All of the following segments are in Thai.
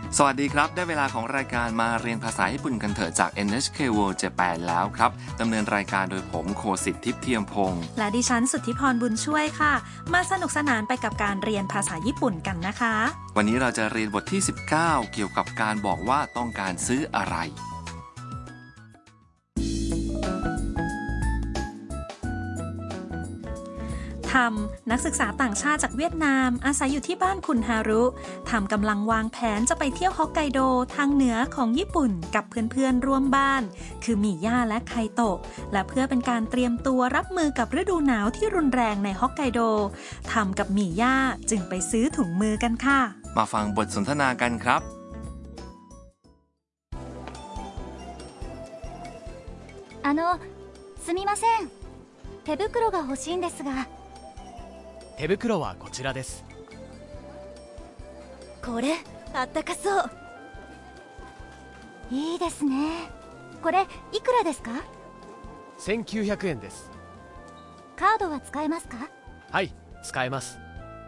สวัสดีครับได้เวลาของรายการมาเรียนภาษาญี่ปุ่นกันเถอะจาก NHK World Japan แล้วครับดำเนินรายการโดยผมโคสิทธิ์ทิพย์เทียมพงษ์และดิฉันสุทธิพรบุญช่วยค่ะมาสนุกสนานไปกับการเรียนภาษาญี่ปุ่นกันนะคะวันนี้เราจะเรียนบทที่19เกี่ยวกับการบอกว่าต้องการซื้ออะไรทำนักศึกษาต่างชาติจากเวียดนามอาศัยอยู่ที่บ้านคุณฮารุทำกำลังวางแผนจะไปเที่ยวฮอกไกโดทางเหนือของญี่ปุ่นกับเพื่อนๆร่วมบ้านคือมิย่าและไคโตะและเพื่อเป็นการเตรียมตัวรับมือกับฤดูหนาวที่รุนแรงในฮอกไกโดทำกับมิย่าจึงไปซื้อถุงมือกันค่ะมาฟังบทสนทนากันครับすみません手袋が欲しいんですが手袋はこちらですこれあったかそういいですねこれいくらですか 1900円ですカードは使えますかはい使えます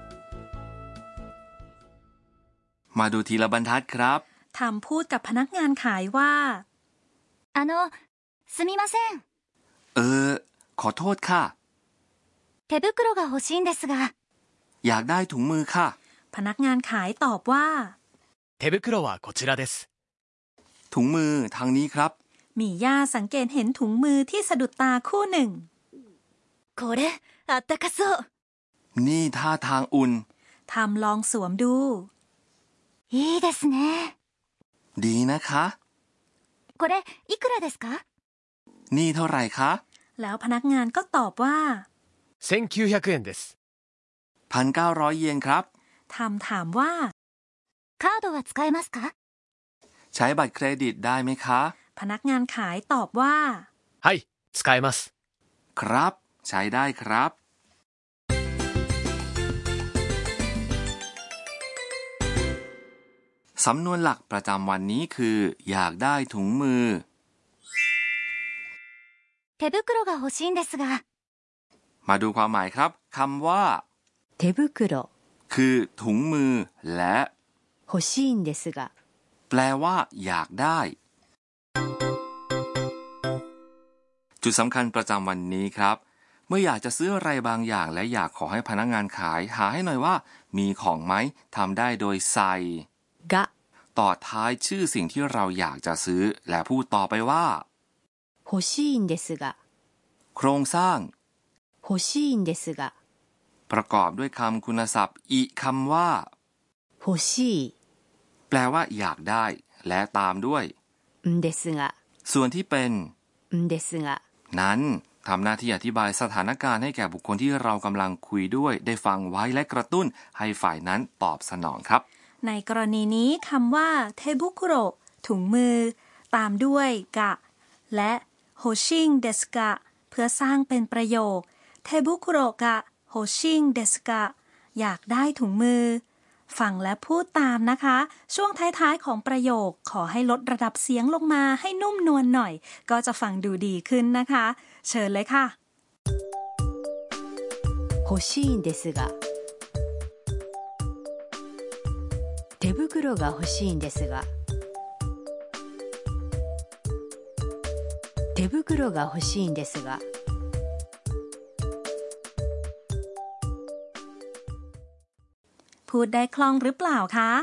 มาดูทีละบรรทัดครับทำพูดกับพนักงานขายว่าすみませんขอโทษค่ะ手袋が欲しいんですがอยากได้ถุงมือค่ะพนักงานขายตอบว่า手袋はこちらですถุงมือทางนี้ครับมิย่าสังเกตเห็นถุงมือที่สะดุดตาคู่หนึ่งこれあったかそうนี่ท่าทางอุ่นทำลองสวมดูいいですねดีนะคะこれいくらですかนี่เท่าไหร่คะแล้วพนักงานก็ตอบว่า 1900円です 1,900 เยนครับทำถามว่าカードは使えますかใช้บัตรเครดิตได้ไหมคะพนักงานขายตอบว่าはい使えますครับใช้ได้ครับสำนวนหลักประจำวันนี้คืออยากได้ถุงมือ手袋が欲しいんですがมาดูความหมายครับคำว่า手袋คือถุงมือและ欲しいんですがแปลว่าอยากได้จุดสำคัญประจำวันนี้ครับเมื่ออยากจะซื้ออะไรบางอย่างและอยากขอให้พนักงานขายหาให้หน่อยว่ามีของไหมทำได้โดยใส่がต่อท้ายชื่อสิ่งที่เราอยากจะซื้อและพูดต่อไปว่า欲しいんですがโครงสร้าง欲しいんですがประกอบด้วยคำคุณศัพท์อีกคำว่า欲しいแปลว่าอยากได้และตามด้วยんですがส่วนที่เป็นんですがนั้นทำหน้าที่อธิบายสถานการณ์ให้แก่บุคคลที่เรากำลังคุยด้วยได้ฟังไว้และกระตุ้นให้ฝ่ายนั้นตอบสนองครับในกรณีนี้คำว่าเทบุคุโรถุงมือตามด้วยกะและโฮชิงเดสกะเพื่อสร้างเป็นประโยคเทบุคุโรกะโฮชิงเดสกะอยากได้ถุงมือฟังและพูดตามนะคะช่วงท้ายๆของประโยคขอให้ลดระดับเสียงลงมาให้นุ่มนวลหน่อยก็จะฟังดูดีขึ้นนะคะเชิญเลยค่ะ欲しいんですが手袋が欲しいんですが手袋が欲しいんですがพูดได้คล่องหรือเปล่าคะ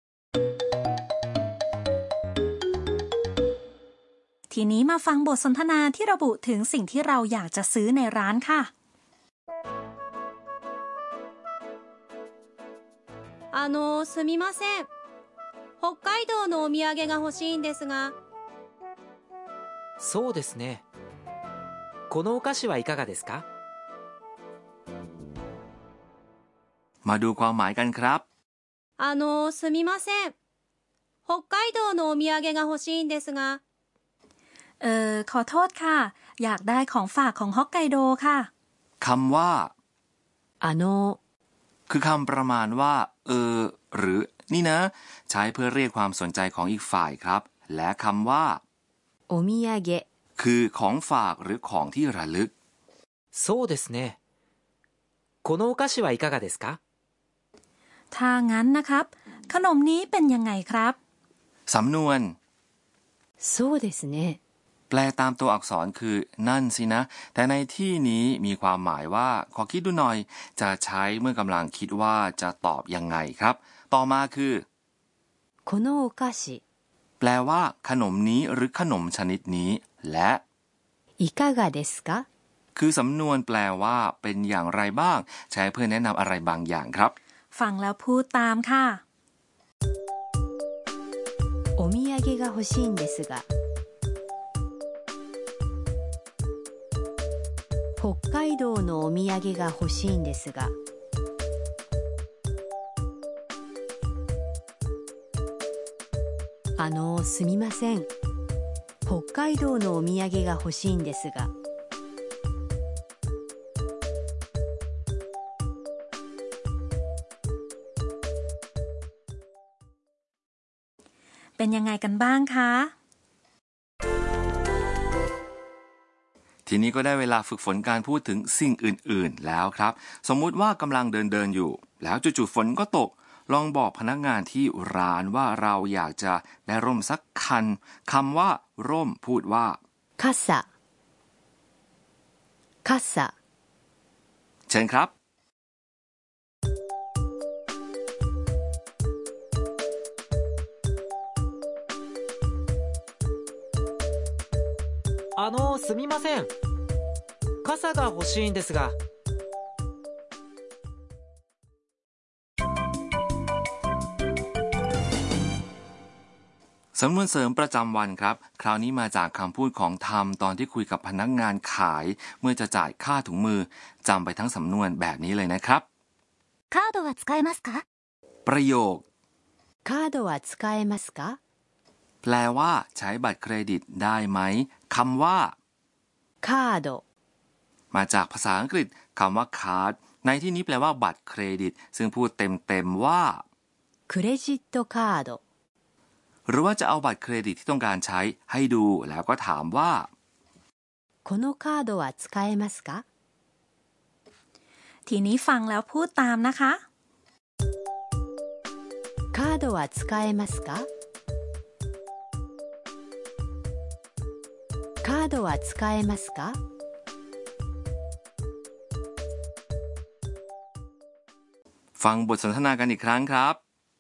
ทีนี้มาฟังบทสนทนาที่ระบุถึงสิ่งที่เราอยากจะซื้อในร้านค่ะすみません北海道のお土産が欲しいんですがそうですねこのお菓子はいかがですかมาดูความหมายกันครับすみません北海道のお土産が欲しいんですがขอโทษค่ะอยากได้ของฝากของฮอกไกโดค่ะคำว่าのคือคำประมาณว่าหรือนี่นะใช้เพื่อเรียกความสนใจของอีกฝ่ายครับและคำว่าお土産คือของฝากหรือของที่ระลึกそうですねこのお菓子はいかがですかถ้างั้นนะครับขนมนี้เป็นยังไงครับสำนวนそうですねแปลตามตัวอักษรคือนั่นสินะแต่ในที่นี้มีความหมายว่าขอคิดดูหน่อยจะใช้เมื่อกำลังคิดว่าจะตอบยังไงครับต่อมาคือこのお菓子แปลว่าขนมนี้หรือขนมชนิดนี้และいかがですかคือสำนวนแปลว่าเป็นอย่างไรบ้างใช้เพื่อแนะนำอะไรบางอย่างครับฟังแล้วพูดตามค่ะお土産が欲しいんですが北海道のお土産が欲しいんですがすみません北海道のお土産が欲しいんですがเป็นยังไงกันบ้างคะทีนี้ก็ได้เวลาฝึกฝนการพูดถึงสิ่งอื่นๆแล้วครับสมมุติว่ากำลังเดินอยู่แล้วจู่ๆฝนก็ตกลองบอกพนักงานที่ร้านว่าเราอยากจะได้ร่มสักคันคำว่าร่มพูดว่า傘เชิญครับすみません傘が欲しいんですがสำนวนเสริมประจำวันครับคราวนี้มาจากคำพูดของทอมตอนที่คุยกับพนักงานขายเมื่อจะจ่ายค่าถุงมือจำไปทั้งสำนวนแบบนี้เลยนะครับカードは使えますかประโยคカードは使えますかแปลว่าใช้บัตรเครดิตได้ไหมคำว่าカードมาจากภาษาอังกฤษคำว่า card ในที่นี้แปลว่าบัตรเครดิตซึ่งพูดเต็มๆว่าクレジットカードหรือว่าจะเอาบัตรเครดิตที่ต้องการใช้ให้ดูแล้วก็ถามว่าこのカードは使えますかทีนี้ฟังแล้วพูดตามนะคะカードは使えますかカードは使えますかฟังบทสนทนากันอีกครั้งครับ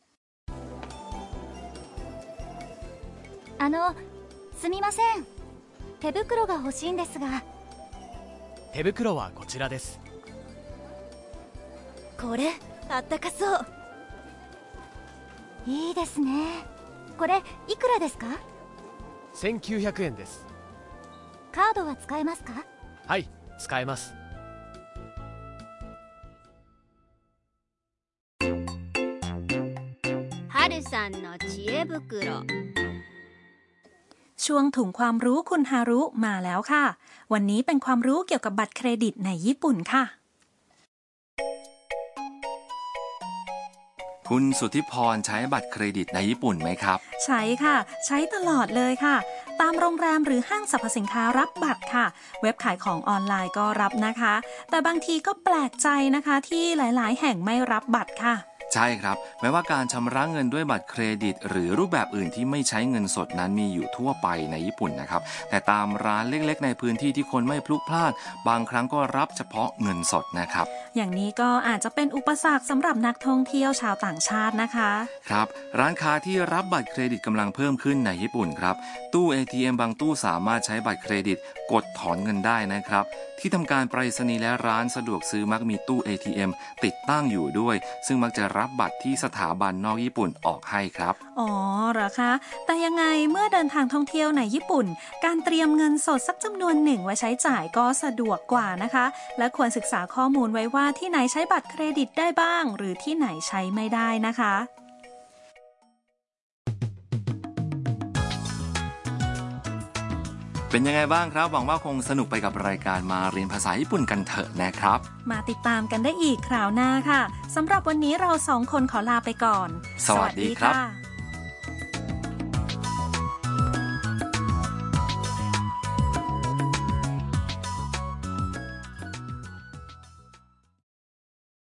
すみません手袋が欲しいんですが手袋はこちらですこれあったかそういいですねこれいくらですか 1900円ですカードは使えますかはい使えますはるさんの知恵袋ช่วงถุงความรู้คุณฮารุมาแล้วค่ะวันนี้เป็นความรู้เกี่ยวกับบัตรเครดิตในญี่ปุ่นค่ะคุณสุทธิพรใช้บัตรเครดิตในญี่ปุ่นไหมครับใช้ค่ะใช้ตลอดเลยค่ะตามโรงแรมหรือห้างสรรพสินค้ารับบัตรค่ะเว็บขายของออนไลน์ก็รับนะคะแต่บางทีก็แปลกใจนะคะที่หลายๆแห่งไม่รับบัตรค่ะใช่ครับแม้ว่าการชำระเงินด้วยบัตรเครดิตหรือรูปแบบอื่นที่ไม่ใช้เงินสดนั้นมีอยู่ทั่วไปในญี่ปุ่นนะครับแต่ตามร้านเล็กๆในพื้นที่ที่คนไม่พลุกพล่านบางครั้งก็รับเฉพาะเงินสดนะครับอย่างนี้ก็อาจจะเป็นอุปสรรคสำหรับนักท่องเที่ยวชาวต่างชาตินะคะครับร้านค้าที่รับบัตรเครดิตกำลังเพิ่มขึ้นในญี่ปุ่นครับตู้ ATM บางตู้สามารถใช้บัตรเครดิตกดถอนเงินได้นะครับที่ทำการไปรษณีย์และร้านสะดวกซื้อมักมีตู้ ATM ติดตั้งอยู่ด้วยซึ่งมักจะรับบัตรที่สถาบันนอกญี่ปุ่นออกให้ครับอ๋อเหรอคะแต่ยังไงเมื่อเดินทางท่องเที่ยวในญี่ปุ่นการเตรียมเงินสดสักจำนวนหนึ่งไว้ใช้จ่ายก็สะดวกกว่านะคะและควรศึกษาข้อมูลไว้ว่าที่ไหนใช้บัตรเครดิตได้บ้างหรือที่ไหนใช้ไม่ได้นะคะเป็นยังไงบ้างครับหวังว่าคงสนุกไปกับรายการมาเรียนภาษาญี่ปุ่นกันเถอะนะครับมาติดตามกันได้อีกคราวหน้าค่ะสำหรับวันนี้เราสองคนขอลาไปก่อนสวัสดีครับ